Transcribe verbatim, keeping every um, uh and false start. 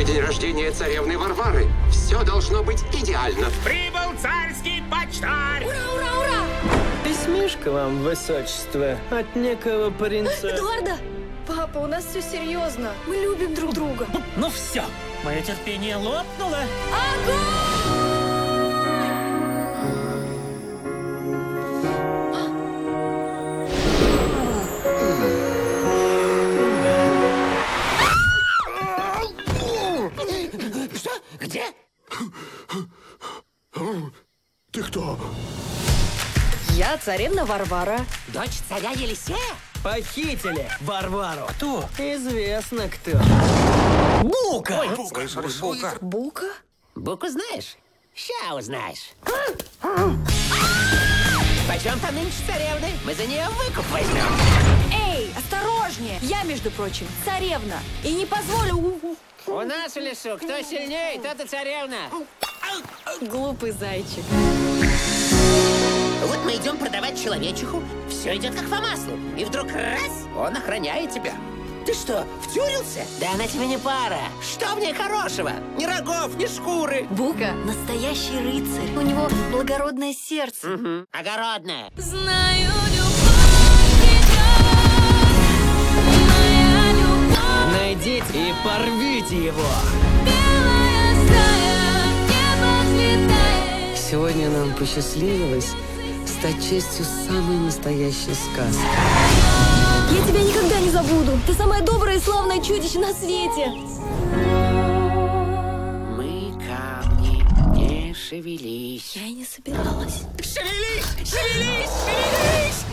Сегодня день рождения царевны Варвары. Все должно быть идеально. Прибыл царский почтарь! Ура, ура, ура! Письмишко вам, высочество, от некого паренца. Эдуарда! Папа, у нас все серьезно. Мы любим друг друга. Ну все, мое терпение лопнуло. Что? Где? Ты кто? Я царевна Варвара. Дочь царя Елисея? Похитили Варвару. Кто? Известно кто. Бука! Ой, Бука. Слышь, Бука. Бука? Буку знаешь? Ща узнаешь. Почем там нынче царевны? Мы за нее выкуп возьмем. Эй, осторожнее! Я, между прочим, царевна. И не позволю... У нас в лесу кто сильнее, тот и царевна. Глупый зайчик. Вот мы идем продавать человечиху, все идет как по маслу. И вдруг раз, он охраняет тебя. Ты что, втюрился? Да она тебе не пара. Что в ней хорошего? Ни рогов, ни шкуры. Бука — настоящий рыцарь. У него благородное сердце. Угу. Огородная. Знаю, любовь придет, моя любовь. Найдите и порвите его. Белая стая, небо взлетает. Сегодня нам посчастливилось стать частью самой настоящей сказки. Я тебя никогда не забуду. Ты самое доброе и славное чудище на свете. Мы камни, не шевелись. Я и не собиралась. Шевелись, шевелись, шевелись!